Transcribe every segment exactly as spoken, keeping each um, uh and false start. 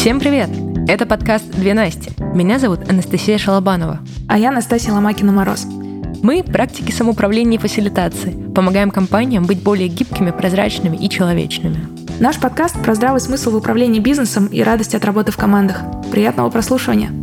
Всем привет! Это подкаст «Две Насти». Меня зовут Анастасия Шалобанова. А я Настасья Ломакина-Мороз. Мы – практики самоуправления и фасилитации. Помогаем компаниям быть более гибкими, прозрачными и человечными. Наш подкаст про здравый смысл в управлении бизнесом и радость от работы в командах. Приятного прослушивания!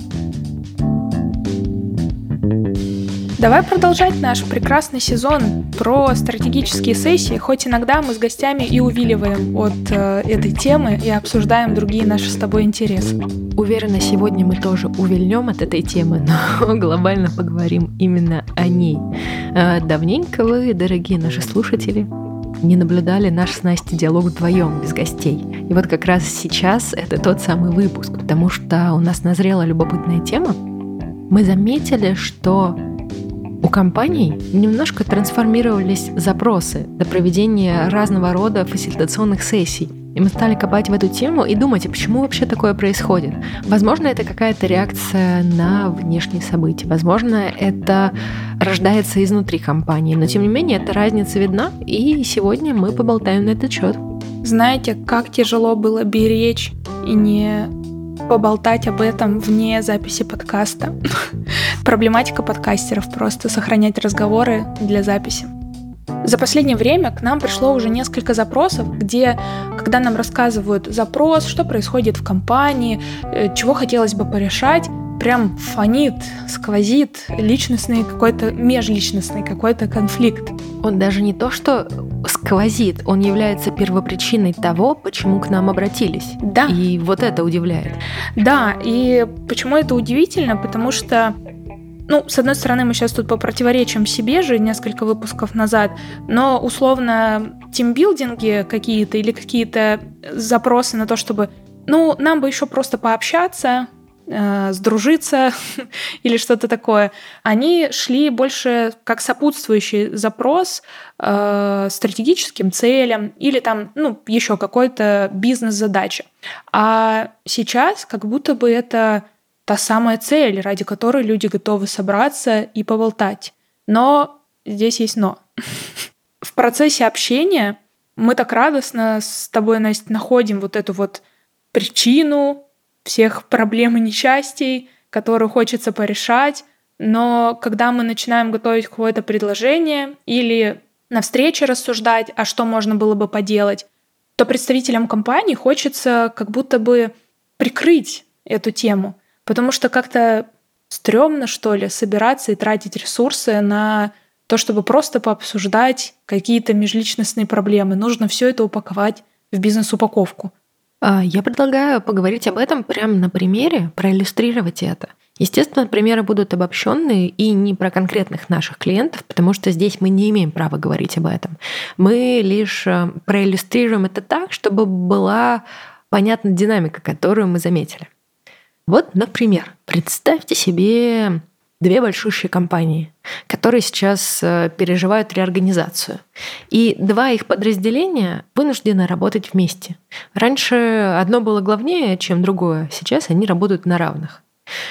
Давай продолжать наш прекрасный сезон про стратегические сессии, хоть иногда мы с гостями и увиливаем от э, этой темы и обсуждаем другие наши с тобой интересы. Уверена, сегодня мы тоже увильнем от этой темы, но глобально поговорим именно о ней. Давненько вы, дорогие наши слушатели, не наблюдали наш с Настей диалог вдвоем, без гостей. И вот как раз сейчас это тот самый выпуск, потому что у нас назрела любопытная тема. Мы заметили, что у компаний немножко трансформировались запросы для проведения разного рода фасилитационных сессий. И мы стали копать в эту тему и думать, а почему вообще такое происходит? Возможно, это какая-то реакция на внешние события. Возможно, это рождается изнутри компании. Но, тем не менее, эта разница видна. И сегодня мы поболтаем на этот счет. Знаете, как тяжело было беречь и не поболтать об этом вне записи подкаста. Проблематика подкастеров — просто сохранять разговоры для записи. За последнее время к нам пришло уже несколько запросов, где, когда нам рассказывают запрос, что происходит в компании, чего хотелось бы порешать, прям фонит, сквозит личностный какой-то, межличностный какой-то конфликт. Он даже не то, что сквозит, он является первопричиной того, почему к нам обратились. Да. И вот это удивляет. Да, и почему это удивительно? Потому что, ну, с одной стороны, мы сейчас тут попротиворечим себе же несколько выпусков назад, но условно тимбилдинги какие-то или какие-то запросы на то, чтобы, ну, нам бы еще просто пообщаться, сдружиться или что-то такое, они шли больше как сопутствующий запрос э, стратегическим целям или там, ну, еще какой-то бизнес-задача. А сейчас как будто бы это та самая цель, ради которой люди готовы собраться и поболтать. Но здесь есть но. В процессе общения мы так радостно с тобой, Настя, находим вот эту вот причину всех проблем и несчастий, которые хочется порешать, но когда мы начинаем готовить какое-то предложение или на встрече рассуждать, а что можно было бы поделать, то представителям компании хочется как будто бы прикрыть эту тему, потому что как-то стрёмно, что ли, собираться и тратить ресурсы на то, чтобы просто пообсуждать какие-то межличностные проблемы. Нужно все это упаковать в бизнес-упаковку. Я предлагаю поговорить об этом прямо на примере, проиллюстрировать это. Естественно, примеры будут обобщенные и не про конкретных наших клиентов, потому что здесь мы не имеем права говорить об этом. Мы лишь проиллюстрируем это так, чтобы была понятна динамика, которую мы заметили. Вот, например, представьте себе две большущие компании, которые сейчас переживают реорганизацию. И два их подразделения вынуждены работать вместе. Раньше одно было главнее, чем другое. Сейчас они работают на равных.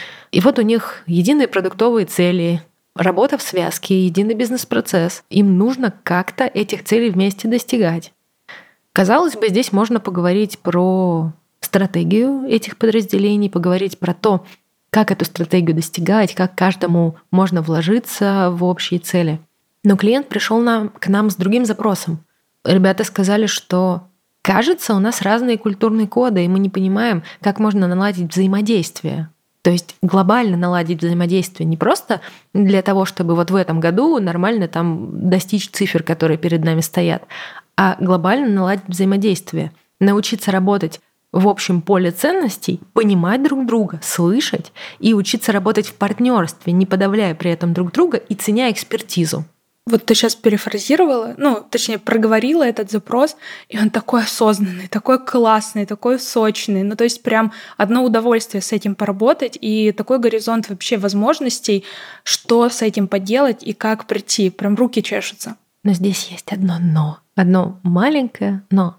И вот у них единые продуктовые цели, работа в связке, единый бизнес-процесс. Им нужно как-то этих целей вместе достигать. Казалось бы, здесь можно поговорить про стратегию этих подразделений, поговорить про то, как эту стратегию достигать, как каждому можно вложиться в общие цели. Но клиент пришел нам, к нам с другим запросом. Ребята сказали, что кажется, у нас разные культурные коды, и мы не понимаем, как можно наладить взаимодействие. То есть глобально наладить взаимодействие не просто для того, чтобы вот в этом году нормально там достичь цифр, которые перед нами стоят, а глобально наладить взаимодействие, научиться работать в общем поле ценностей, понимать друг друга, слышать и учиться работать в партнерстве, не подавляя при этом друг друга и ценя экспертизу. Вот ты сейчас перефразировала, ну, точнее, проговорила этот запрос, и он такой осознанный, такой классный, такой сочный. Ну, то есть прям одно удовольствие с этим поработать и такой горизонт вообще возможностей, что с этим поделать и как прийти. Прям руки чешутся. Но здесь есть одно «но». Одно маленькое «но».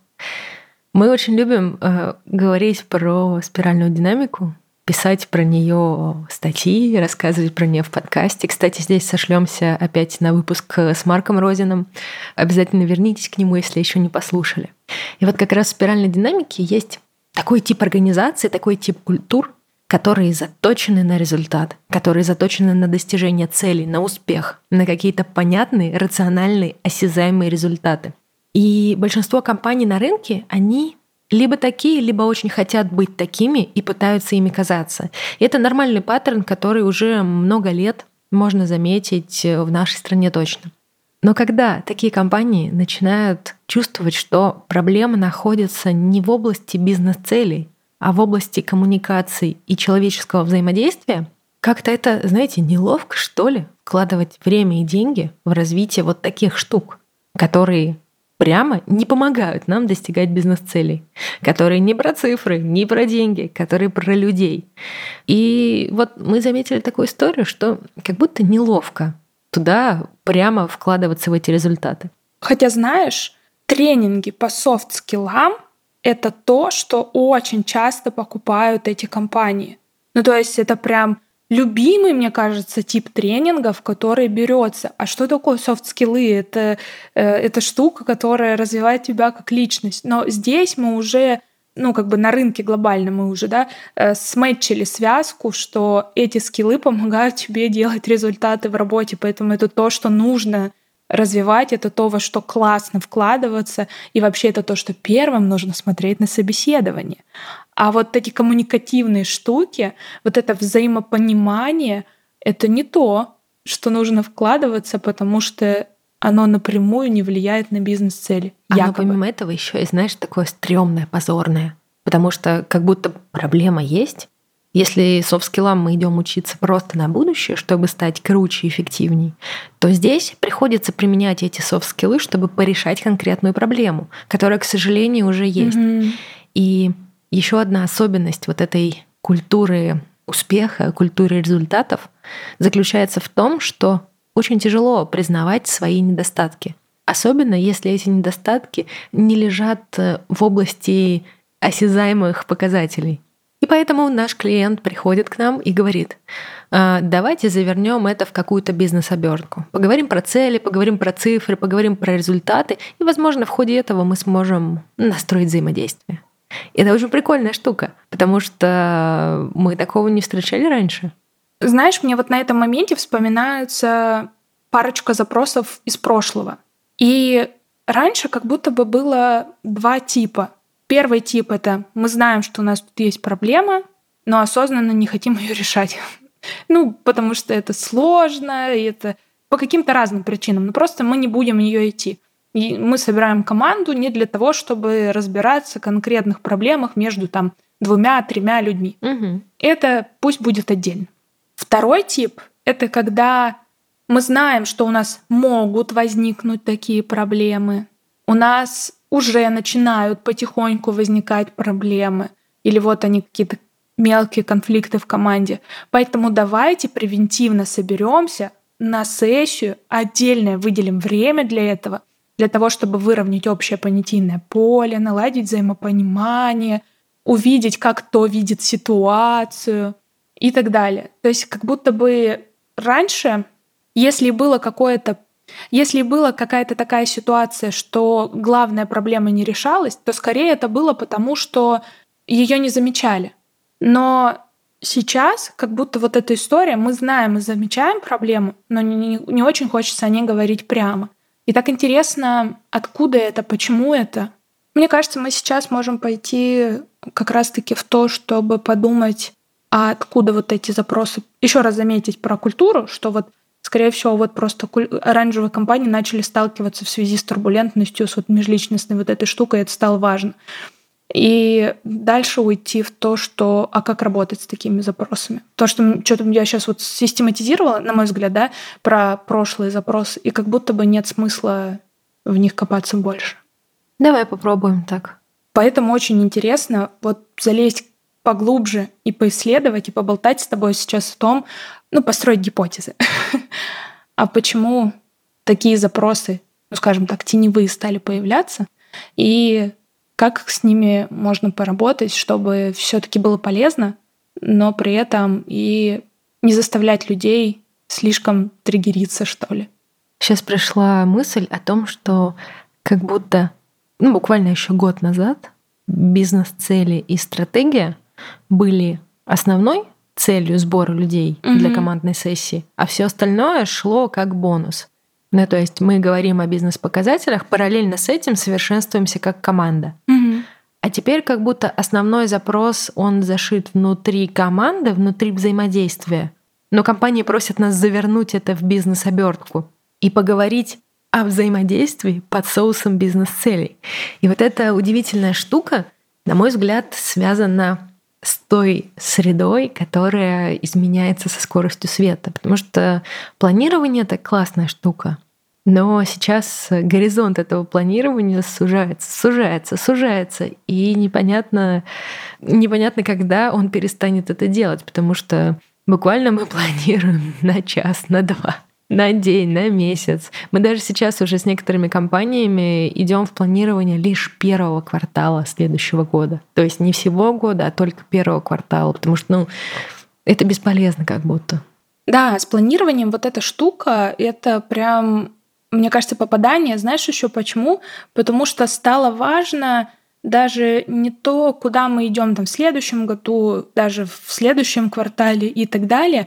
Мы очень любим э, говорить про спиральную динамику, писать про нее статьи, рассказывать про нее в подкасте. Кстати, здесь сошлемся опять на выпуск с Марком Розином. Обязательно вернитесь к нему, если еще не послушали. И вот как раз в спиральной динамике есть такой тип организации, такой тип культур, которые заточены на результат, которые заточены на достижение целей, на успех, на какие-то понятные, рациональные, осязаемые результаты. И большинство компаний на рынке, они либо такие, либо очень хотят быть такими и пытаются ими казаться. И это нормальный паттерн, который уже много лет можно заметить в нашей стране точно. Но когда такие компании начинают чувствовать, что проблема находится не в области бизнес-целей, а в области коммуникаций и человеческого взаимодействия, как-то это, знаете, неловко, что ли, вкладывать время и деньги в развитие вот таких штук, которые прямо не помогают нам достигать бизнес-целей, которые не про цифры, не про деньги, которые про людей. И вот мы заметили такую историю, что как будто неловко туда прямо вкладываться в эти результаты. Хотя, знаешь, тренинги по софт-скиллам — это то, что очень часто покупают эти компании. Ну, то есть это прям любимый, мне кажется, тип тренингов, который берется. А что такое софт-скиллы? Это, э, это штука, которая развивает тебя как личность. Но здесь мы уже, ну, как бы на рынке глобально мы уже, да, э, сметчили связку, что эти скиллы помогают тебе делать результаты в работе. Поэтому это то, что нужно развивать, это то, во что классно вкладываться, и вообще это то, что первым нужно смотреть на собеседование. А вот эти коммуникативные штуки, вот это взаимопонимание, это не то, что нужно вкладываться, потому что оно напрямую не влияет на бизнес-цели. Оно Якобы. помимо этого еще и, знаешь, такое стрёмное, позорное. Потому что как будто проблема есть. Если софт-скиллам мы идем учиться просто на будущее, чтобы стать круче и эффективней, то здесь приходится применять эти софт-скиллы, чтобы порешать конкретную проблему, которая, к сожалению, уже есть. Mm-hmm. И еще одна особенность вот этой культуры успеха, культуры результатов заключается в том, что очень тяжело признавать свои недостатки. Особенно если эти недостатки не лежат в области осязаемых показателей. И поэтому наш клиент приходит к нам и говорит: давайте завернем это в какую-то бизнес-обертку. Поговорим про цели, поговорим про цифры, поговорим про результаты, и, возможно, в ходе этого мы сможем настроить взаимодействие. И это очень прикольная штука, потому что мы такого не встречали раньше. Знаешь, мне вот на этом моменте вспоминаются парочка запросов из прошлого. И раньше как будто бы было два типа. Первый тип — это мы знаем, что у нас тут есть проблема, но осознанно не хотим ее решать. Ну, потому что это сложно, и это по каким-то разным причинам. Но просто мы не будем в нее идти. И мы собираем команду не для того, чтобы разбираться в конкретных проблемах между там двумя-тремя людьми. Угу. Это пусть будет отдельно. Второй тип — это когда мы знаем, что у нас могут возникнуть такие проблемы. У нас уже начинают потихоньку возникать проблемы. Или вот они, какие-то мелкие конфликты в команде. Поэтому давайте превентивно соберемся на сессию, отдельно выделим время для этого, для того, чтобы выровнять общее понятийное поле, наладить взаимопонимание, увидеть, как кто видит ситуацию и так далее. То есть как будто бы раньше, если было какое-то Если была какая-то такая ситуация, что главная проблема не решалась, то скорее это было потому, что ее не замечали. Но сейчас как будто вот эта история, мы знаем и замечаем проблему, но не, не очень хочется о ней говорить прямо. И так интересно, откуда это, почему это. Мне кажется, мы сейчас можем пойти как раз-таки в то, чтобы подумать, а откуда вот эти запросы. Еще раз заметить про культуру, что вот скорее всего, вот просто оранжевые компании начали сталкиваться в связи с турбулентностью, с вот межличностной вот этой штукой, это стало важно. И дальше уйти в то, что, а как работать с такими запросами. То, что что-то я сейчас вот систематизировала, на мой взгляд, да, про прошлые запросы, и как будто бы нет смысла в них копаться больше. Давай попробуем так. Поэтому очень интересно вот залезть поглубже и поисследовать, и поболтать с тобой сейчас о том, ну, построить гипотезы. А почему такие запросы, ну, скажем так, теневые стали появляться, и как с ними можно поработать, чтобы все-таки было полезно, но при этом и не заставлять людей слишком триггериться, что ли. Сейчас пришла мысль о том, что как будто, ну, буквально еще год назад бизнес-цели и стратегия были основной целью сбора людей mm-hmm. для командной сессии, а все остальное шло как бонус. Ну, то есть мы говорим о бизнес-показателях, параллельно с этим совершенствуемся как команда. Mm-hmm. А теперь как будто основной запрос, он зашит внутри команды, внутри взаимодействия. Но компании просят нас завернуть это в бизнес-обертку и поговорить о взаимодействии под соусом бизнес-целей. И вот эта удивительная штука, на мой взгляд, связана с той средой, которая изменяется со скоростью света. Потому что планирование — это классная штука. Но сейчас горизонт этого планирования сужается, сужается, сужается. И непонятно, непонятно, когда он перестанет это делать. Потому что буквально мы планируем на час, на два, на день, на месяц. Мы даже сейчас уже с некоторыми компаниями идем в планирование лишь первого квартала следующего года. То есть не всего года, а только первого квартала, потому что, ну, это бесполезно как будто. Да, с планированием вот эта штука, это прям, мне кажется, попадание. Знаешь еще почему? Потому что стало важно даже не то, куда мы идем там в следующем году, даже в следующем квартале и так далее,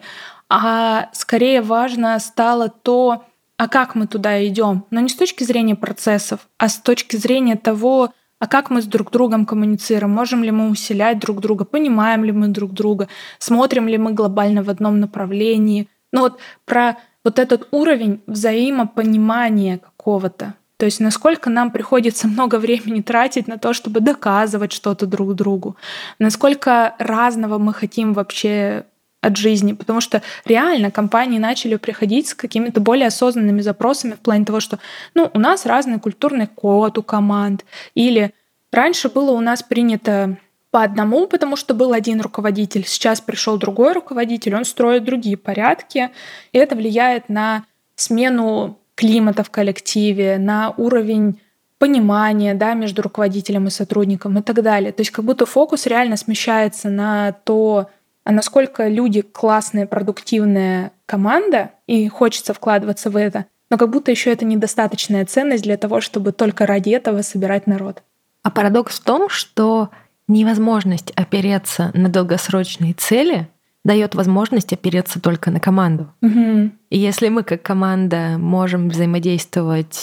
а скорее важно стало то, а как мы туда идем, но не с точки зрения процессов, а с точки зрения того, а как мы с друг другом коммуницируем, можем ли мы усилять друг друга, понимаем ли мы друг друга, смотрим ли мы глобально в одном направлении. Ну вот про вот этот уровень взаимопонимания какого-то. То есть насколько нам приходится много времени тратить на то, чтобы доказывать что-то друг другу, насколько разного мы хотим вообще от жизни, потому что реально компании начали приходить с какими-то более осознанными запросами в плане того, что ну, у нас разный культурный код у команд, или раньше было у нас принято по одному, потому что был один руководитель, сейчас пришел другой руководитель, он строит другие порядки, и это влияет на смену климата в коллективе, на уровень понимания, да, между руководителем и сотрудником и так далее. То есть как будто фокус реально смещается на то, а насколько люди классная, продуктивная команда, и хочется вкладываться в это, но как будто еще это недостаточная ценность для того, чтобы только ради этого собирать народ. А парадокс в том, что невозможность опереться на долгосрочные цели дает возможность опереться только на команду. Угу. И если мы как команда можем взаимодействовать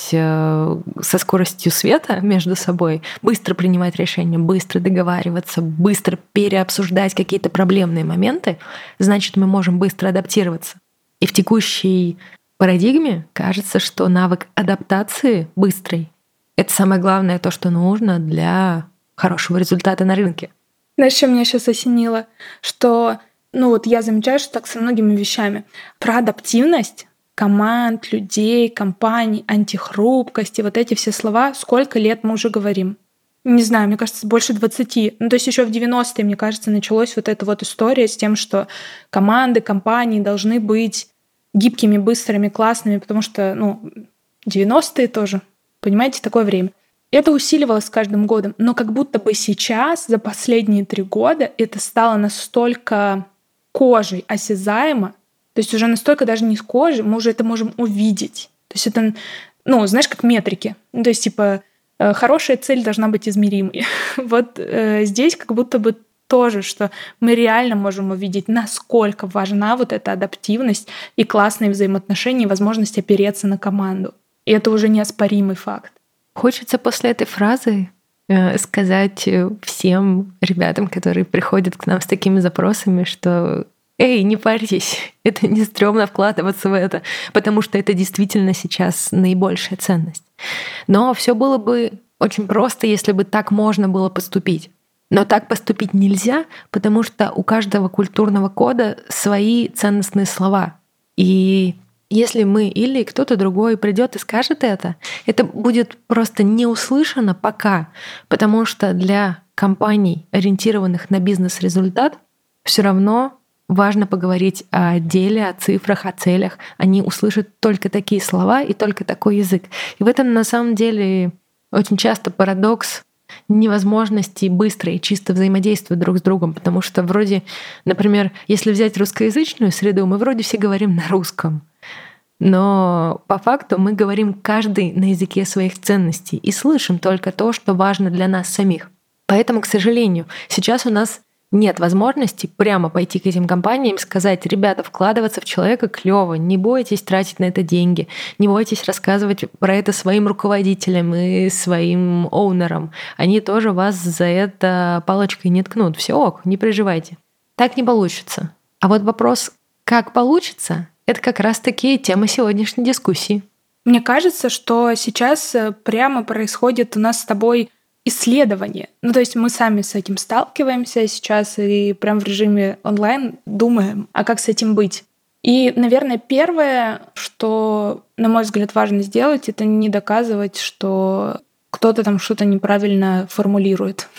со скоростью света между собой, быстро принимать решения, быстро договариваться, быстро переобсуждать какие-то проблемные моменты, значит, мы можем быстро адаптироваться. И в текущей парадигме кажется, что навык адаптации быстрый — это самое главное, то, что нужно для хорошего результата на рынке. Знаешь, что меня сейчас осенило? Что Ну вот я замечаю, что так со многими вещами. Про адаптивность команд, людей, компаний, антихрупкость и вот эти все слова, сколько лет мы уже говорим? Не знаю, мне кажется, больше двадцати. Ну то есть еще в девяностые, мне кажется, началась вот эта вот история с тем, что команды, компании должны быть гибкими, быстрыми, классными, потому что, ну, девяностые тоже, понимаете, такое время. Это усиливалось с каждым годом, но как будто бы сейчас, за последние три года, это стало настолько кожей осязаемо, то есть уже настолько даже не с кожей, мы уже это можем увидеть. То есть это, ну, знаешь, как метрики. Ну, то есть, типа, хорошая цель должна быть измеримой. Вот э, здесь как будто бы тоже, что мы реально можем увидеть, насколько важна вот эта адаптивность и классные взаимоотношения, и возможность опереться на команду. И это уже неоспоримый факт. Хочется после этой фразы сказать всем ребятам, которые приходят к нам с такими запросами, что «Эй, не парьтесь, это не стрёмно вкладываться в это, потому что это действительно сейчас наибольшая ценность». Но все было бы очень просто, если бы так можно было поступить. Но так поступить нельзя, потому что у каждого культурного кода свои ценностные слова. И если мы или кто-то другой придет и скажет это, это будет просто не услышано пока, потому что для компаний, ориентированных на бизнес-результат, все равно важно поговорить о деле, о цифрах, о целях. Они услышат только такие слова и только такой язык. И в этом на самом деле очень часто парадокс невозможности быстро и чисто взаимодействовать друг с другом, потому что вроде, например, если взять русскоязычную среду, мы вроде все говорим на русском, но по факту мы говорим каждый на языке своих ценностей и слышим только то, что важно для нас самих. Поэтому, к сожалению, сейчас у нас нет возможности прямо пойти к этим компаниям и сказать: ребята, вкладываться в человека клево, не бойтесь тратить на это деньги, не бойтесь рассказывать про это своим руководителям и своим оунерам. Они тоже вас за это палочкой не ткнут. Все ок, не переживайте. Так не получится. А вот вопрос, как получится, это как раз-таки тема сегодняшней дискуссии. Мне кажется, что сейчас прямо происходит у нас с тобой исследование. Ну, то есть мы сами с этим сталкиваемся сейчас и прям в режиме онлайн думаем, а как с этим быть. И, наверное, первое, что, на мой взгляд, важно сделать, это не доказывать, что кто-то там что-то неправильно формулирует.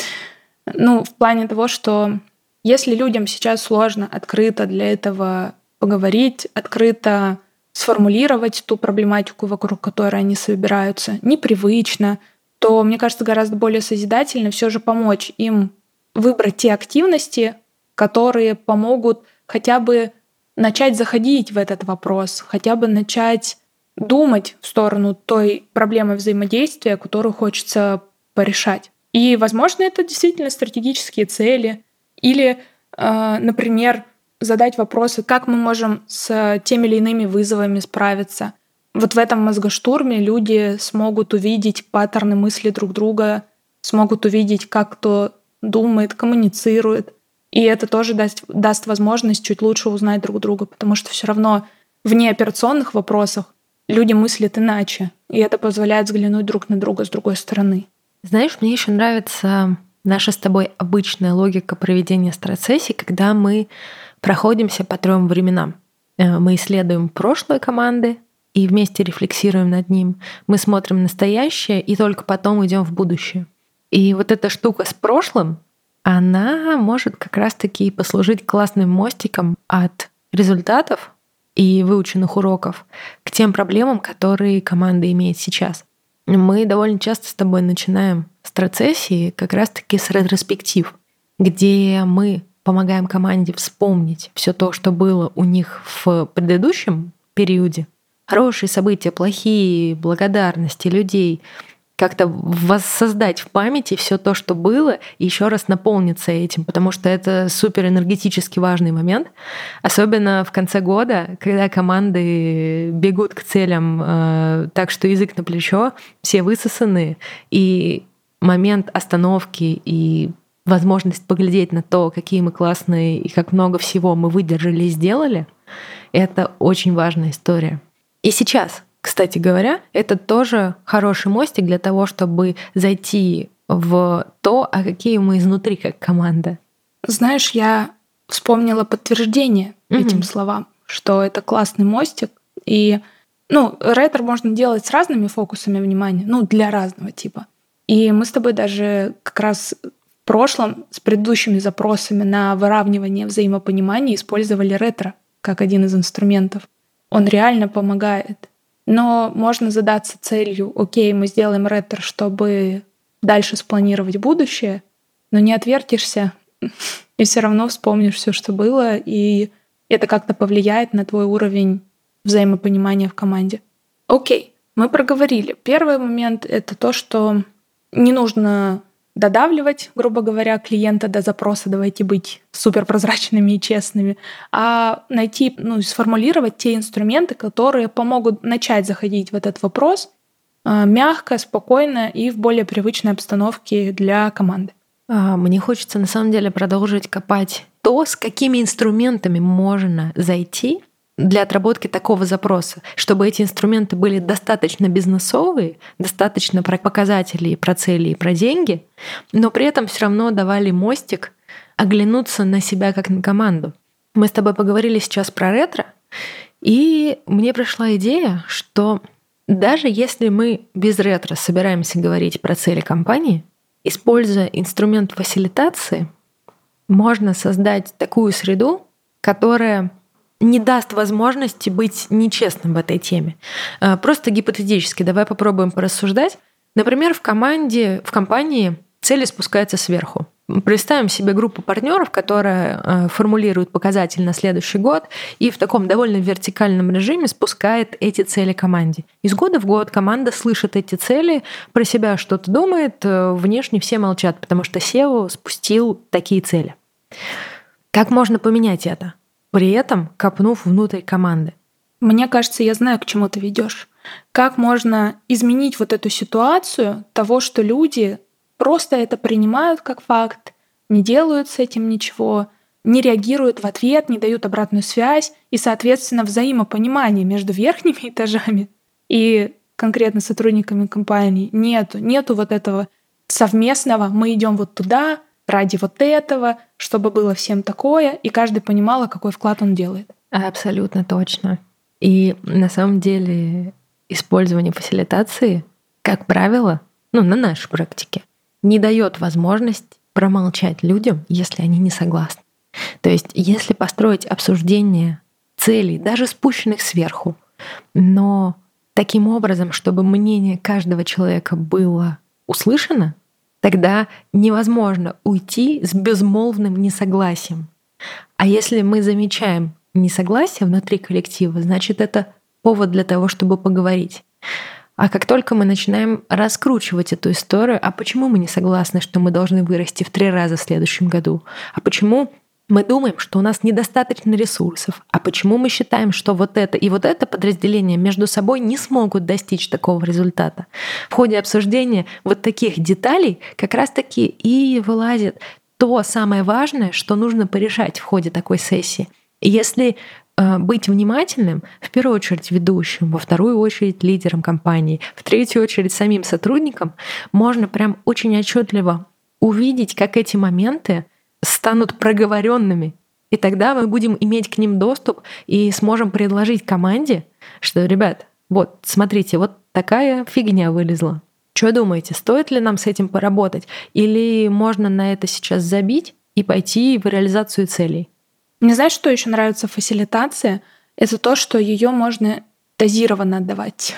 Ну, в плане того, что если людям сейчас сложно открыто для этого поговорить, открыто сформулировать ту проблематику, вокруг которой они собираются, непривычно, то, мне кажется, гораздо более созидательно все же помочь им выбрать те активности, которые помогут хотя бы начать заходить в этот вопрос, хотя бы начать думать в сторону той проблемы взаимодействия, которую хочется порешать. И, возможно, это действительно стратегические цели. Или, э, например, задать вопросы, как мы можем с теми или иными вызовами справиться. Вот в этом мозгоштурме люди смогут увидеть паттерны мысли друг друга, смогут увидеть, как кто думает, коммуницирует. И это тоже даст, даст возможность чуть лучше узнать друг друга, потому что все равно в неоперационных вопросах люди мыслят иначе, и это позволяет взглянуть друг на друга с другой стороны. Знаешь, мне еще нравится наша с тобой обычная логика проведения страцессий, когда мы проходимся по трем временам. Мы исследуем прошлое команды, и вместе рефлексируем над ним. Мы смотрим настоящее и только потом идем в будущее. И вот эта штука с прошлым, она может как раз-таки послужить классным мостиком от результатов и выученных уроков к тем проблемам, которые команда имеет сейчас. Мы довольно часто с тобой начинаем страцессии как раз-таки с ретроспектив, где мы помогаем команде вспомнить все то, что было у них в предыдущем периоде, хорошие события, плохие, благодарности людей, как-то воссоздать в памяти все то, что было, и еще раз наполниться этим, потому что это супер энергетически важный момент, особенно в конце года, когда команды бегут к целям э, так, что язык на плечо, все высосаны, и момент остановки и возможность поглядеть на то, какие мы классные и как много всего мы выдержали и сделали, это очень важная история. И сейчас, кстати говоря, это тоже хороший мостик для того, чтобы зайти в то, а какие мы изнутри как команда. Знаешь, я вспомнила подтверждение mm-hmm. этим словам, что это классный мостик. И, ну, ретро можно делать с разными фокусами внимания, ну, для разного типа. И мы с тобой даже как раз в прошлом с предыдущими запросами на выравнивание взаимопонимания использовали ретро как один из инструментов. Он реально помогает. Но можно задаться целью: окей, мы сделаем ретро, чтобы дальше спланировать будущее, но не отвертишься и все равно вспомнишь все, что было, и это как-то повлияет на твой уровень взаимопонимания в команде. Окей, мы проговорили. Первый момент — это то, что не нужно додавливать, грубо говоря, клиента до запроса, давайте быть суперпрозрачными и честными, а найти, ну, сформулировать те инструменты, которые помогут начать заходить в этот вопрос мягко, спокойно и в более привычной обстановке для команды. Мне хочется на самом деле продолжить копать то, с какими инструментами можно зайти для отработки такого запроса, чтобы эти инструменты были достаточно бизнесовые, достаточно про показатели, про цели и про деньги, но при этом все равно давали мостик оглянуться на себя как на команду. Мы с тобой поговорили сейчас про ретро, и мне пришла идея, что даже если мы без ретро собираемся говорить про цели компании, используя инструмент фасилитации, можно создать такую среду, которая не даст возможности быть нечестным в этой теме. Просто гипотетически давай попробуем порассуждать. Например, в команде, в компании цели спускаются сверху. Представим себе группу партнеров, которая формулирует показатель на следующий год и в таком довольно вертикальном режиме спускает эти цели команде. Из года в год команда слышит эти цели, про себя что-то думает, внешне все молчат, потому что сео спустил такие цели. Как можно поменять это, при этом копнув внутрь команды? Мне кажется, я знаю, к чему ты ведешь. Как можно изменить вот эту ситуацию того, что люди просто это принимают как факт, не делают с этим ничего, не реагируют в ответ, не дают обратную связь, и, соответственно, взаимопонимание между верхними этажами и конкретно сотрудниками компании нету. Нету вот этого совместного «мы идем вот туда ради вот этого», чтобы было всем такое, и каждый понимал, какой вклад он делает. Абсолютно точно. И на самом деле использование фасилитации, как правило, ну, на нашей практике, не дает возможность промолчать людям, если они не согласны. То есть, если построить обсуждение целей, даже спущенных сверху, но таким образом, чтобы мнение каждого человека было услышано, тогда невозможно уйти с безмолвным несогласием. А если мы замечаем несогласие внутри коллектива, значит, это повод для того, чтобы поговорить. А как только мы начинаем раскручивать эту историю, а почему мы не согласны, что мы должны вырасти в три раза в следующем году? А почему мы думаем, что у нас недостаточно ресурсов? А почему мы считаем, что вот это и вот это подразделение между собой не смогут достичь такого результата? В ходе обсуждения вот таких деталей как раз-таки и вылазит то самое важное, что нужно порешать в ходе такой сессии. И если быть внимательным, в первую очередь ведущим, во вторую очередь лидером компании, в третью очередь самим сотрудникам, можно прям очень отчетливо увидеть, как эти моменты станут проговоренными. И тогда мы будем иметь к ним доступ и сможем предложить команде, что, ребят, вот, смотрите, вот такая фигня вылезла. Что думаете, стоит ли нам с этим поработать? Или можно на это сейчас забить и пойти в реализацию целей? Мне знаешь, что еще нравится в фасилитации? Это то, что ее можно дозированно отдавать.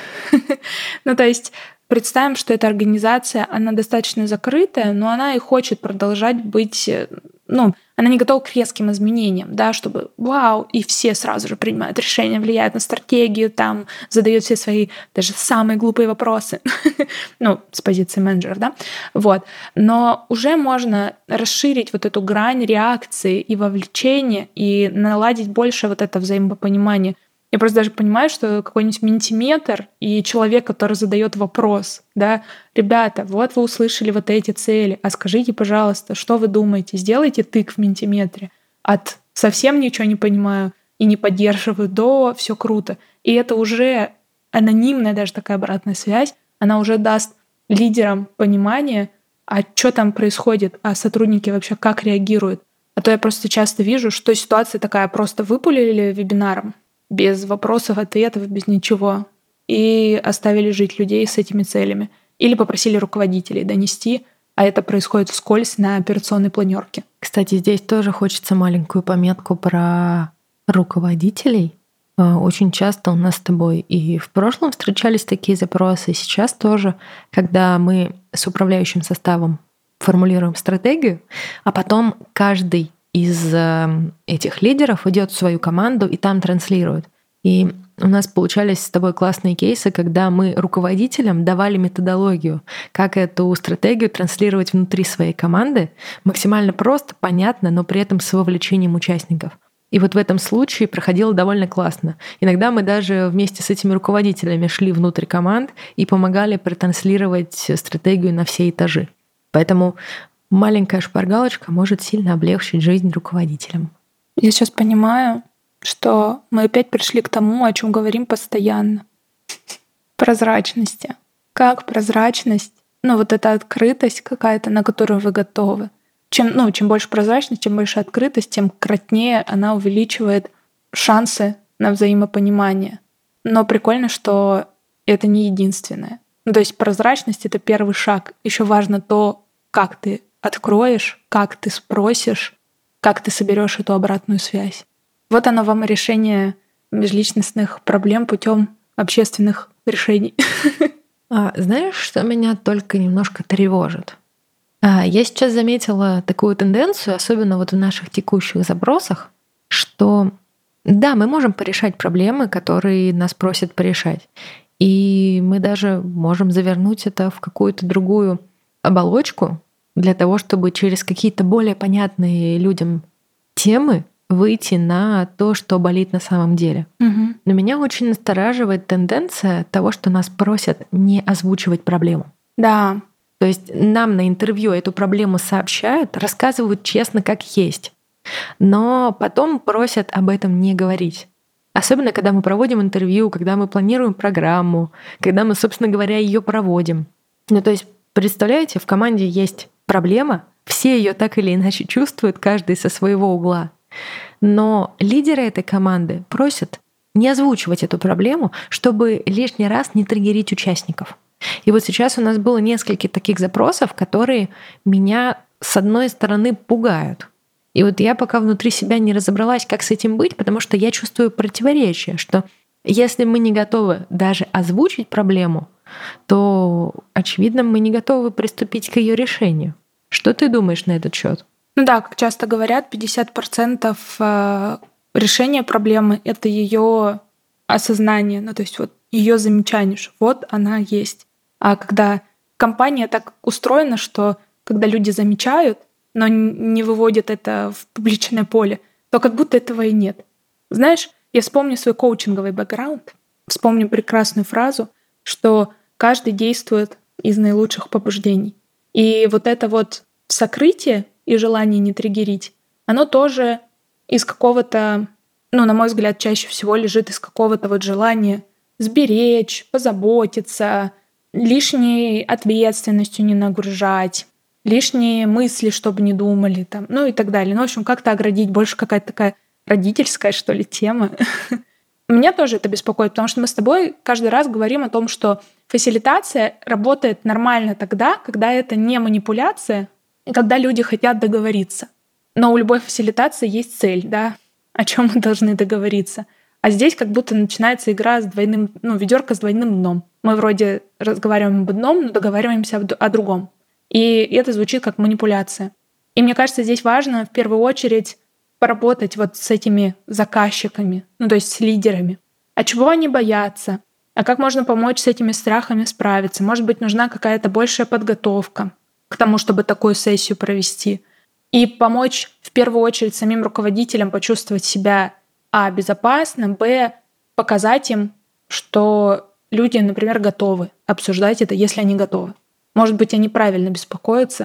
Ну, то есть представим, что эта организация, она достаточно закрытая, но она и хочет продолжать быть, ну, она не готова к резким изменениям, да, чтобы вау, и все сразу же принимают решения, влияют на стратегию, там, задают все свои даже самые глупые вопросы, ну, с позиции менеджера, да, вот. Но уже можно расширить вот эту грань реакции и вовлечения и наладить больше вот это взаимопонимание. Я просто даже понимаю, что какой-нибудь ментиметр и человек, который задает вопрос, да, ребята, вот вы услышали вот эти цели, а скажите, пожалуйста, что вы думаете, сделайте тык в ментиметре от совсем ничего не понимаю и не поддерживаю до все круто. И это уже анонимная даже такая обратная связь, она уже даст лидерам понимание, а что там происходит, а сотрудники вообще как реагируют. А то я просто часто вижу, что ситуация такая, просто выпулили вебинаром, без вопросов, ответов, без ничего. И оставили жить людей с этими целями. Или попросили руководителей донести, а это происходит вскользь на операционной планерке. Кстати, здесь тоже хочется маленькую пометку про руководителей. Очень часто у нас с тобой и в прошлом встречались такие запросы, и сейчас тоже, когда мы с управляющим составом формулируем стратегию, а потом каждый из этих лидеров идет в свою команду и там транслирует. И у нас получались с тобой классные кейсы, когда мы руководителям давали методологию, как эту стратегию транслировать внутри своей команды максимально просто, понятно, но при этом с вовлечением участников. И вот в этом случае проходило довольно классно. Иногда мы даже вместе с этими руководителями шли внутрь команд и помогали протранслировать стратегию на все этажи. Поэтому маленькая шпаргалочка может сильно облегчить жизнь руководителям. Я сейчас понимаю, что мы опять пришли к тому, о чем говорим постоянно. Прозрачности. Как прозрачность, ну вот эта открытость какая-то, на которую вы готовы. Чем, ну, чем больше прозрачность, чем больше открытость, тем кратнее она увеличивает шансы на взаимопонимание. Но прикольно, что это не единственное. Ну, то есть прозрачность — это первый шаг. Еще важно то, как ты откроешь, как ты спросишь, как ты соберешь эту обратную связь. Вот оно вам решение межличностных проблем путем общественных решений. А знаешь, что меня только немножко тревожит? А, Я сейчас заметила такую тенденцию, особенно вот в наших текущих запросах, что да, мы можем порешать проблемы, которые нас просят порешать. И мы даже можем завернуть это в какую-то другую оболочку для того, чтобы через какие-то более понятные людям темы выйти на то, что болит на самом деле. Угу. Но меня очень настораживает тенденция того, что нас просят не озвучивать проблему. Да. То есть нам на интервью эту проблему сообщают, рассказывают честно, как есть, но потом просят об этом не говорить. Особенно, когда мы проводим интервью, когда мы планируем программу, когда мы, собственно говоря, ее проводим. Ну, то есть, представляете, в команде есть проблема, все ее так или иначе чувствуют, каждый со своего угла. Но лидеры этой команды просят не озвучивать эту проблему, чтобы лишний раз не триггерить участников. И вот сейчас у нас было несколько таких запросов, которые меня, с одной стороны, пугают. И вот я пока внутри себя не разобралась, как с этим быть, потому что я чувствую противоречие, что если мы не готовы даже озвучить проблему, то, очевидно, мы не готовы приступить к ее решению. Что ты думаешь на этот счет? Ну да, как часто говорят, пятьдесят процентов решения проблемы — это ее осознание, ну то есть вот ее замечание, что вот она есть. А когда компания так устроена, что когда люди замечают, но не выводят это в публичное поле, то как будто этого и нет. Знаешь, я вспомню свой коучинговый бэкграунд, вспомню прекрасную фразу, что каждый действует из наилучших побуждений. И вот это вот сокрытие и желание не триггерить, оно тоже из какого-то, ну, на мой взгляд, чаще всего лежит из какого-то вот желания сберечь, позаботиться, лишней ответственностью не нагружать, лишние мысли, чтобы не думали, там, ну и так далее. Ну, в общем, как-то оградить, больше какая-то такая родительская, что ли, тема. Меня тоже это беспокоит, потому что мы с тобой каждый раз говорим о том, что фасилитация работает нормально тогда, когда это не манипуляция, и когда люди хотят договориться. Но у любой фасилитации есть цель, да, о чем мы должны договориться. А здесь как будто начинается игра с двойным, ну, ведерко с двойным дном. Мы вроде разговариваем об одном, но договариваемся о другом. И это звучит как манипуляция. И мне кажется, здесь важно в первую очередь поработать вот с этими заказчиками, ну то есть с лидерами. А чего они боятся? А как можно помочь с этими страхами справиться? Может быть, нужна какая-то большая подготовка к тому, чтобы такую сессию провести. И помочь в первую очередь самим руководителям почувствовать себя а. безопасно, б. показать им, что люди, например, готовы обсуждать это, если они готовы. Может быть, они правильно беспокоятся,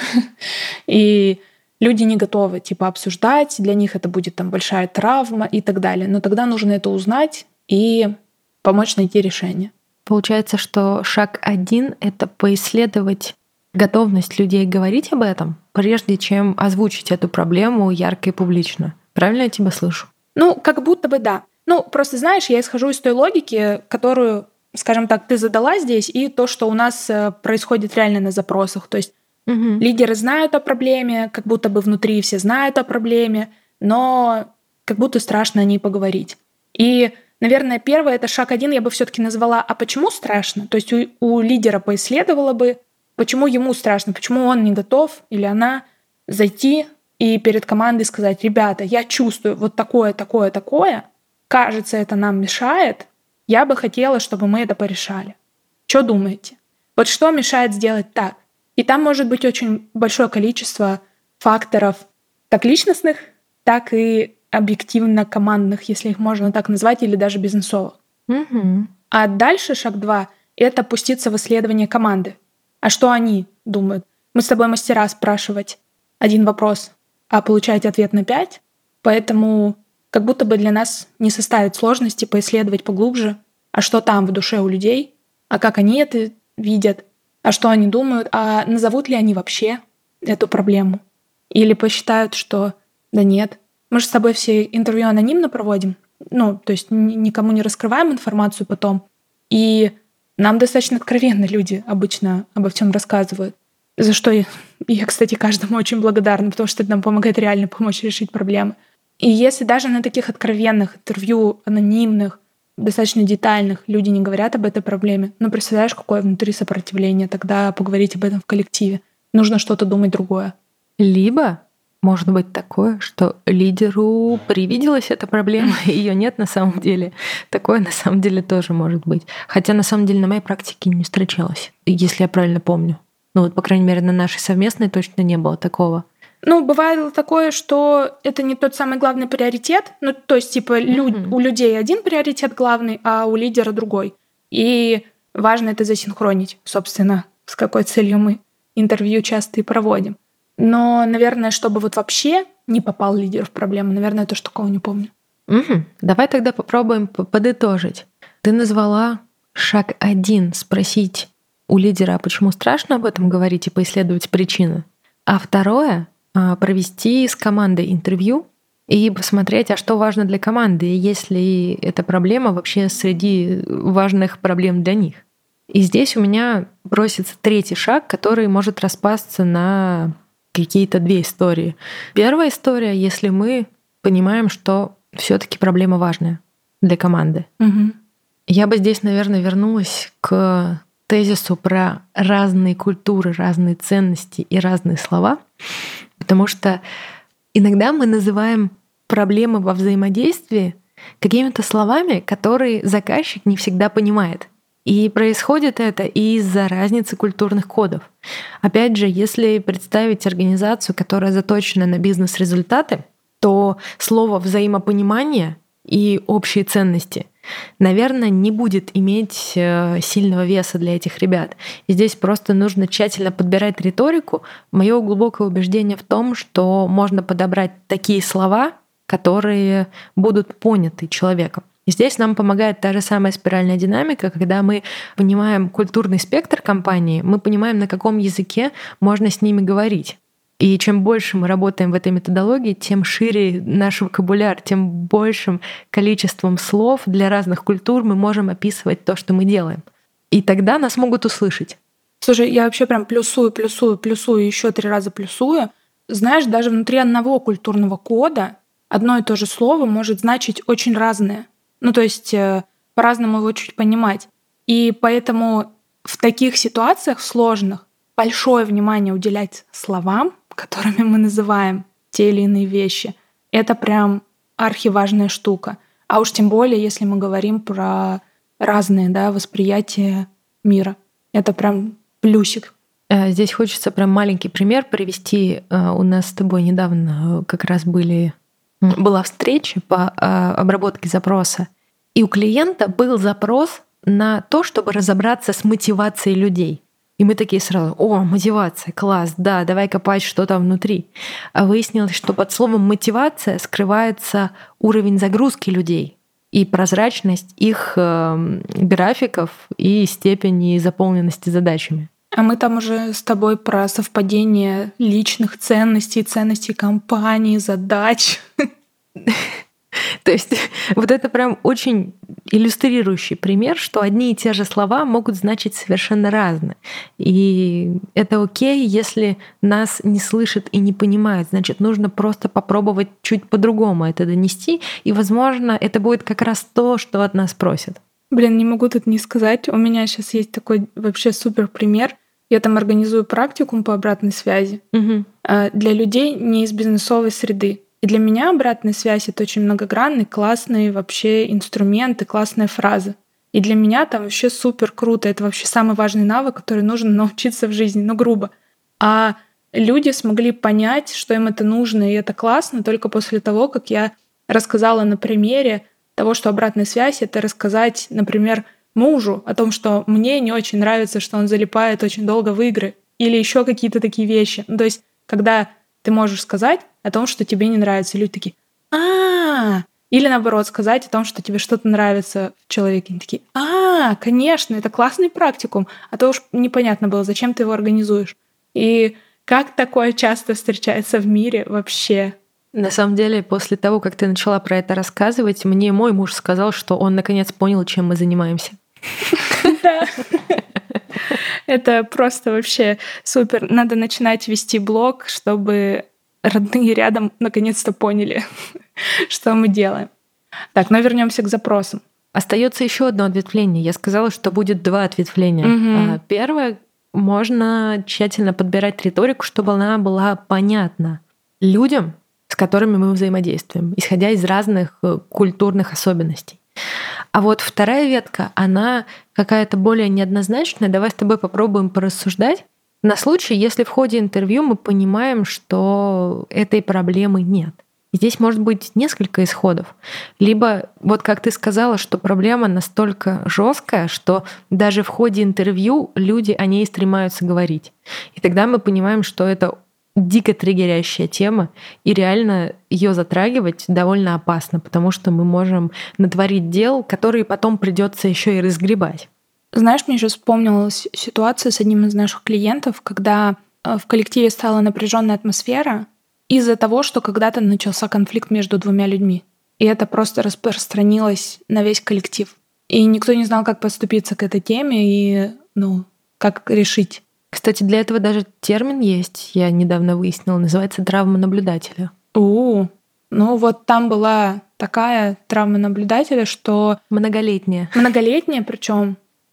и люди не готовы типа обсуждать, для них это будет там большая травма и так далее. Но тогда нужно это узнать и помочь найти решение. Получается, что шаг один — это поисследовать готовность людей говорить об этом, прежде чем озвучить эту проблему ярко и публично. Правильно я тебя слышу? Ну, как будто бы да. Ну, просто знаешь, я исхожу из той логики, которую, скажем так, ты задала здесь, и то, что у нас происходит реально на запросах. То есть угу. Лидеры знают о проблеме, как будто бы внутри все знают о проблеме, но как будто страшно о ней поговорить. И, наверное, первое, это шаг один, я бы все-таки назвала, а почему страшно? То есть у, у лидера поисследовала бы, почему ему страшно, почему он не готов или она зайти и перед командой сказать: ребята, я чувствую вот такое, такое, такое, кажется, это нам мешает, я бы хотела, чтобы мы это порешали. Что думаете? Вот что мешает сделать так? И там может быть очень большое количество факторов, как личностных, так и объективно командных, если их можно так назвать, или даже бизнесовых. Угу. А дальше шаг два — это пуститься в исследование команды. А что они думают? Мы с тобой мастера спрашивать один вопрос, а получать ответ на пять. Поэтому как будто бы для нас не составит сложности поисследовать поглубже, а что там в душе у людей, а как они это видят, а что они думают, а назовут ли они вообще эту проблему. Или посчитают, что да нет, мы же с тобой все интервью анонимно проводим, ну, то есть никому не раскрываем информацию потом. И нам достаточно откровенно люди обычно обо всем рассказывают. За что я, я, кстати, каждому очень благодарна, потому что это нам помогает реально помочь решить проблемы. И если даже на таких откровенных интервью, анонимных, достаточно детальных люди не говорят об этой проблеме, ну, представляешь, какое внутри сопротивление тогда поговорить об этом в коллективе. нужно что-то думать другое. Либо может быть такое, что лидеру привиделась эта проблема, ее нет на самом деле. Такое на самом деле тоже может быть. Хотя на самом деле на моей практике не встречалось, если я правильно помню. Ну вот, по крайней мере, на нашей совместной точно не было такого. Ну, бывает такое, что это не тот самый главный приоритет. Ну, то есть, типа, лю- mm-hmm. у людей один приоритет главный, а у лидера другой. И важно это засинхронить, собственно, с какой целью мы интервью часто и проводим. Но, наверное, чтобы вот вообще не попал лидер в проблему, наверное, я тоже такого не помню. Угу. Давай тогда попробуем подытожить. Ты назвала шаг один — спросить у лидера, а почему страшно об этом говорить и поисследовать причины. А второе — провести с командой интервью и посмотреть, а что важно для команды, и есть ли эта проблема вообще среди важных проблем для них. И здесь у меня просится третий шаг, который может распасться на какие-то две истории. Первая история, если мы понимаем, что все-таки проблема важная для команды. Угу. Я бы здесь, наверное, вернулась к тезису про разные культуры, разные ценности и разные слова, потому что иногда мы называем проблемы во взаимодействии какими-то словами, которые заказчик не всегда понимает. И происходит это из-за разницы культурных кодов. Опять же, если представить организацию, которая заточена на бизнес-результаты, то слово «взаимопонимание» и «общие ценности», наверное, не будет иметь сильного веса для этих ребят. И здесь просто нужно тщательно подбирать риторику. Моё глубокое убеждение в том, что можно подобрать такие слова, которые будут поняты человеком. И здесь нам помогает та же самая спиральная динамика, когда мы понимаем культурный спектр компании, мы понимаем, на каком языке можно с ними говорить. И чем больше мы работаем в этой методологии, тем шире наш вокабуляр, тем большим количеством слов для разных культур мы можем описывать то, что мы делаем. И тогда нас могут услышать. Слушай, я вообще прям плюсую, плюсую, плюсую, еще три раза плюсую. Знаешь, даже внутри одного культурного кода одно и то же слово может значить очень разное. Ну, то есть э, по-разному его чуть понимать. И поэтому в таких ситуациях сложных большое внимание уделять словам, которыми мы называем те или иные вещи. Это прям архиважная штука. А уж тем более, если мы говорим про разные, да, восприятия мира. Это прям плюсик. Здесь хочется прям маленький пример привести. У нас с тобой недавно как раз были... была встреча по обработке запроса, и у клиента был запрос на то, чтобы разобраться с мотивацией людей. И мы такие сразу: о, мотивация, класс, да, давай копать, что там внутри. А выяснилось, что под словом мотивация скрывается уровень загрузки людей и прозрачность их э, графиков и степени заполненности задачами. А мы там уже с тобой про совпадение личных ценностей, ценностей компании, задач. То есть вот это прям очень иллюстрирующий пример, что одни и те же слова могут значить совершенно разное. И это окей, если нас не слышат и не понимают. Значит, нужно просто попробовать чуть по-другому это донести, и, возможно, это будет как раз то, что от нас просят. Блин, не могу тут не сказать. У меня сейчас есть такой вообще супер пример. Я там организую практикум по обратной связи угу. для людей не из бизнесовой среды. И для меня обратная связь — это очень многогранный, классный вообще инструмент и классная фраза. И для меня там вообще супер круто. Это вообще самый важный навык, который нужно научиться в жизни, ну грубо. А люди смогли понять, что им это нужно, и это классно только после того, как я рассказала на примере того, что обратная связь — это рассказать, например, мужу о том, что мне не очень нравится, что он залипает очень долго в игры, или еще какие-то такие вещи. Ну, то есть, когда ты можешь сказать о том, что тебе не нравится, люди такие: а или наоборот, сказать о том, что тебе что-то нравится в человеке. Они такие: а, конечно, это классный практикум, а то уж непонятно было, зачем ты его организуешь. И как такое часто встречается в мире вообще? На самом деле, после того, как ты начала про это рассказывать, мне мой муж сказал, что он наконец понял, чем мы занимаемся. Да. Это просто вообще супер. Надо начинать вести блог, чтобы родные рядом наконец-то поняли, что мы делаем. Так, но вернемся к запросам. Остается еще одно ответвление. Я сказала, что будет два ответвления. Угу. Первое можно тщательно подбирать риторику, чтобы она была понятна людям, с которыми мы взаимодействуем, исходя из разных культурных особенностей. А вот вторая ветка, она какая-то более неоднозначная. Давай с тобой попробуем порассуждать на случай, если в ходе интервью мы понимаем, что этой проблемы нет. Здесь может быть несколько исходов. Либо, вот как ты сказала, что проблема настолько жесткая, что даже в ходе интервью люди о ней стремаются говорить. И тогда мы понимаем, что это дико триггерящая тема, и реально ее затрагивать довольно опасно, потому что мы можем натворить дел, которые потом придется еще и разгребать. Знаешь, мне сейчас вспомнилась ситуация с одним из наших клиентов, когда в коллективе стала напряженная атмосфера из-за того, что когда-то начался конфликт между двумя людьми. И это просто распространилось на весь коллектив. И никто не знал, как подступиться к этой теме и, ну, как решить. Кстати, для этого даже термин есть, я недавно выяснила, называется травма наблюдателя. У, ну вот там была такая травма наблюдателя, что... Многолетняя. Многолетняя причем,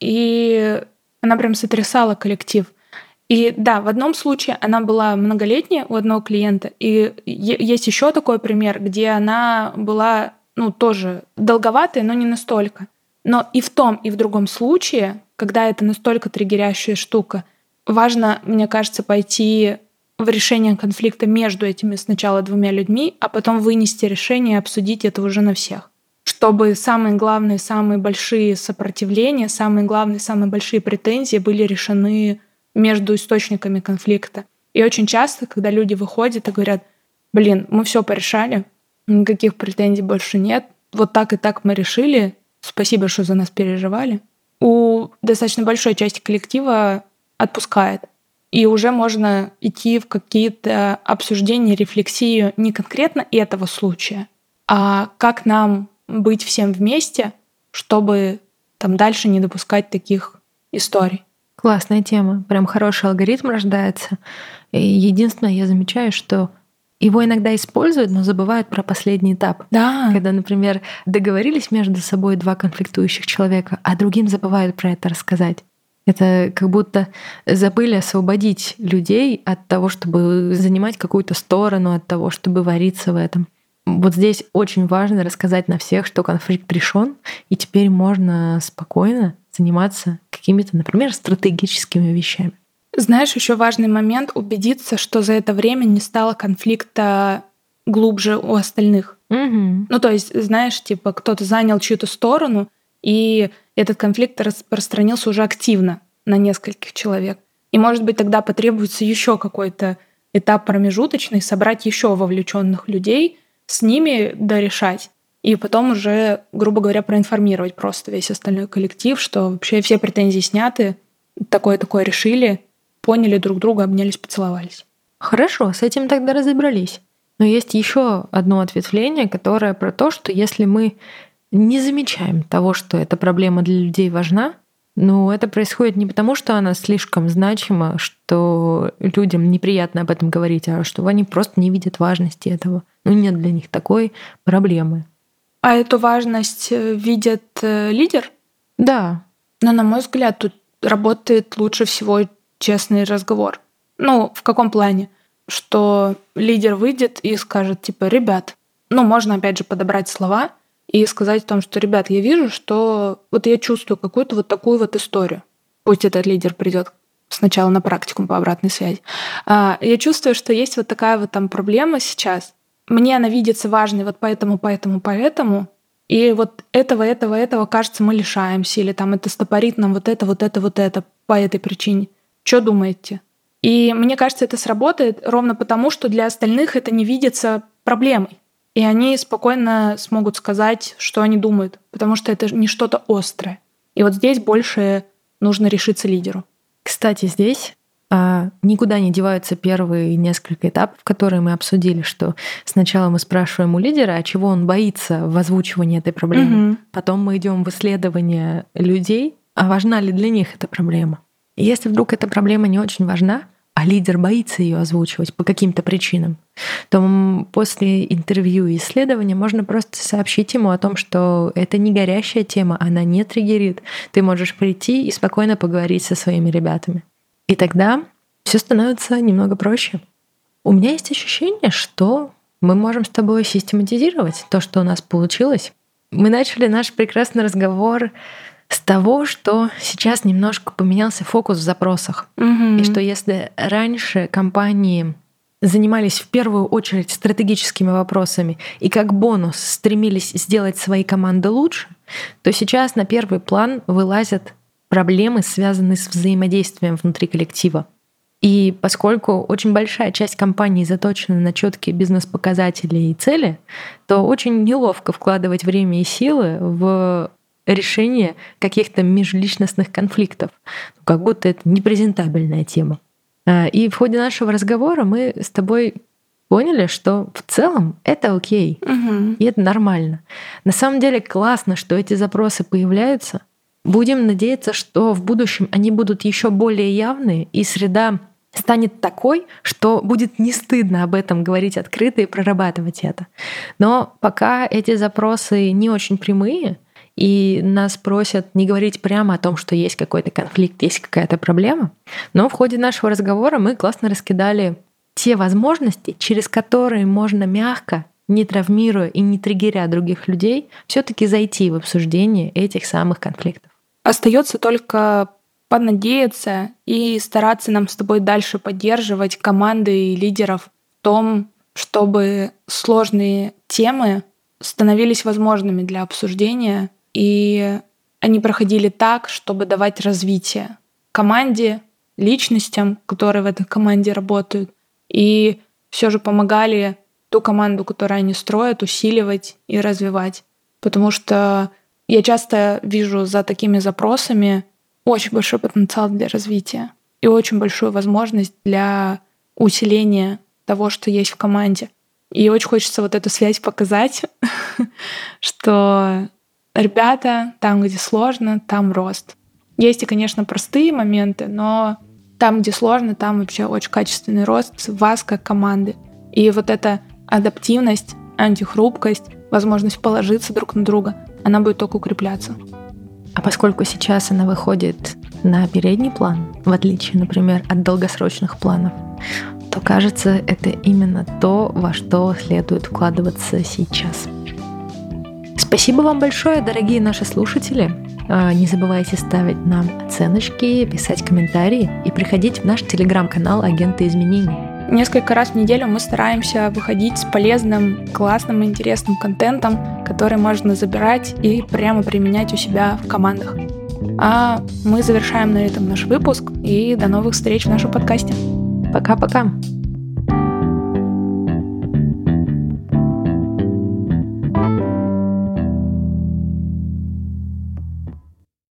и она прям сотрясала коллектив. И да, в одном случае она была многолетняя у одного клиента, и есть еще такой пример, где она была, ну, тоже долговатая, но не настолько. Но и в том, и в другом случае, когда это настолько триггерящая штука, важно, мне кажется, пойти в решение конфликта между этими сначала двумя людьми, а потом вынести решение и обсудить это уже на всех. Чтобы самые главные, самые большие сопротивления, самые главные, самые большие претензии были решены между источниками конфликта. И очень часто, когда люди выходят и говорят: блин, мы все порешали, никаких претензий больше нет, вот так и так мы решили, спасибо, что за нас переживали, у достаточно большой части коллектива отпускает. И уже можно идти в какие-то обсуждения, рефлексию не конкретно этого случая, а как нам быть всем вместе, чтобы там дальше не допускать таких историй. Классная тема. Прям хороший алгоритм рождается. И единственное, я замечаю, что его иногда используют, но забывают про последний этап. Да. Когда, например, договорились между собой два конфликтующих человека, а другим забывают про это рассказать. Это как будто забыли освободить людей от того, чтобы занимать какую-то сторону, от того, чтобы вариться в этом. Вот здесь очень важно рассказать на всех, что конфликт решен, и теперь можно спокойно заниматься какими-то, например, стратегическими вещами. Знаешь, еще важный момент — убедиться, что за это время не стало конфликта глубже у остальных. Угу. Ну, то есть, знаешь, типа кто-то занял чью-то сторону, и этот конфликт распространился уже активно на нескольких человек. И, может быть, тогда потребуется еще какой-то этап промежуточный, собрать еще вовлеченных людей, с ними дорешать, и потом уже, грубо говоря, проинформировать просто весь остальной коллектив, что вообще все претензии сняты, такое-такое решили, поняли друг друга, обнялись, поцеловались. Хорошо, с этим тогда разобрались. Но есть еще одно ответвление, которое про то, что если мы не замечаем того, что эта проблема для людей важна, но это происходит не потому, что она слишком значима, что людям неприятно об этом говорить, а что они просто не видят важности этого. Ну, нет для них такой проблемы. А эту важность видит лидер? Да. Но, на мой взгляд, тут работает лучше всего честный разговор. Ну, в каком плане? Что лидер выйдет и скажет, типа: ребят, ну, можно опять же подобрать слова и сказать о том, что, ребят, я вижу, что вот я чувствую какую-то вот такую вот историю. Пусть этот лидер придет сначала на практикум по обратной связи. Я чувствую, что есть вот такая вот там проблема сейчас. Мне она видится важной вот поэтому, поэтому, поэтому. И вот этого, этого, этого, кажется, мы лишаемся. Или там это стопорит нам вот это, вот это, вот это по этой причине. Что думаете? И мне кажется, это сработает ровно потому, что для остальных это не видится проблемой. И они спокойно смогут сказать, что они думают, потому что это не что-то острое. И вот здесь больше нужно решиться лидеру. Кстати, здесь а, никуда не деваются первые несколько этапов, которые мы обсудили, что сначала мы спрашиваем у лидера, а чего он боится в озвучивании этой проблемы. Угу. Потом мы идем в исследование людей, а важна ли для них эта проблема. И если вдруг эта проблема не очень важна, а лидер боится ее озвучивать по каким-то причинам, то после интервью и исследования можно просто сообщить ему о том, что это не горящая тема, она не триггерит. Ты можешь прийти и спокойно поговорить со своими ребятами. И тогда все становится немного проще. У меня есть ощущение, что мы можем с тобой систематизировать то, что у нас получилось. Мы начали наш прекрасный разговор с того, что сейчас немножко поменялся фокус в запросах. Угу. И что если раньше компании занимались в первую очередь стратегическими вопросами и как бонус стремились сделать свои команды лучше, то сейчас на первый план вылазят проблемы, связанные с взаимодействием внутри коллектива. И поскольку очень большая часть компаний заточена на четкие бизнес-показатели и цели, то очень неловко вкладывать время и силы в решение каких-то межличностных конфликтов, как будто это непрезентабельная тема. И в ходе нашего разговора мы с тобой поняли, что в целом это окей, Угу. и это нормально. На самом деле классно, что эти запросы появляются. Будем надеяться, что в будущем они будут еще более явные, и среда станет такой, что будет не стыдно об этом говорить открыто и прорабатывать это. Но пока эти запросы не очень прямые, и нас просят не говорить прямо о том, что есть какой-то конфликт, есть какая-то проблема, но в ходе нашего разговора мы классно раскидали те возможности, через которые можно мягко, не травмируя и не триггеря других людей, все-таки зайти в обсуждение этих самых конфликтов. Остается только понадеяться и стараться нам с тобой дальше поддерживать команды и лидеров в том, чтобы сложные темы становились возможными для обсуждения, и они проходили так, чтобы давать развитие команде, личностям, которые в этой команде работают, и все же помогали ту команду, которую они строят, усиливать и развивать. Потому что я часто вижу за такими запросами очень большой потенциал для развития и очень большую возможность для усиления того, что есть в команде. И очень хочется вот эту связь показать, что ребята, там, где сложно, там рост. Есть и, конечно, простые моменты, но там, где сложно, там вообще очень качественный рост вас как команды. И вот эта адаптивность, антихрупкость, возможность положиться друг на друга, она будет только укрепляться. А поскольку сейчас она выходит на передний план, в отличие, например, от долгосрочных планов, то, кажется, это именно то, во что следует вкладываться сейчас. Спасибо вам большое, дорогие наши слушатели. Не забывайте ставить нам оценочки, писать комментарии и приходить в наш телеграм-канал «Агенты изменений». Несколько раз в неделю мы стараемся выходить с полезным, классным и интересным контентом, который можно забирать и прямо применять у себя в командах. А мы завершаем на этом наш выпуск, и до новых встреч в нашем подкасте. Пока-пока!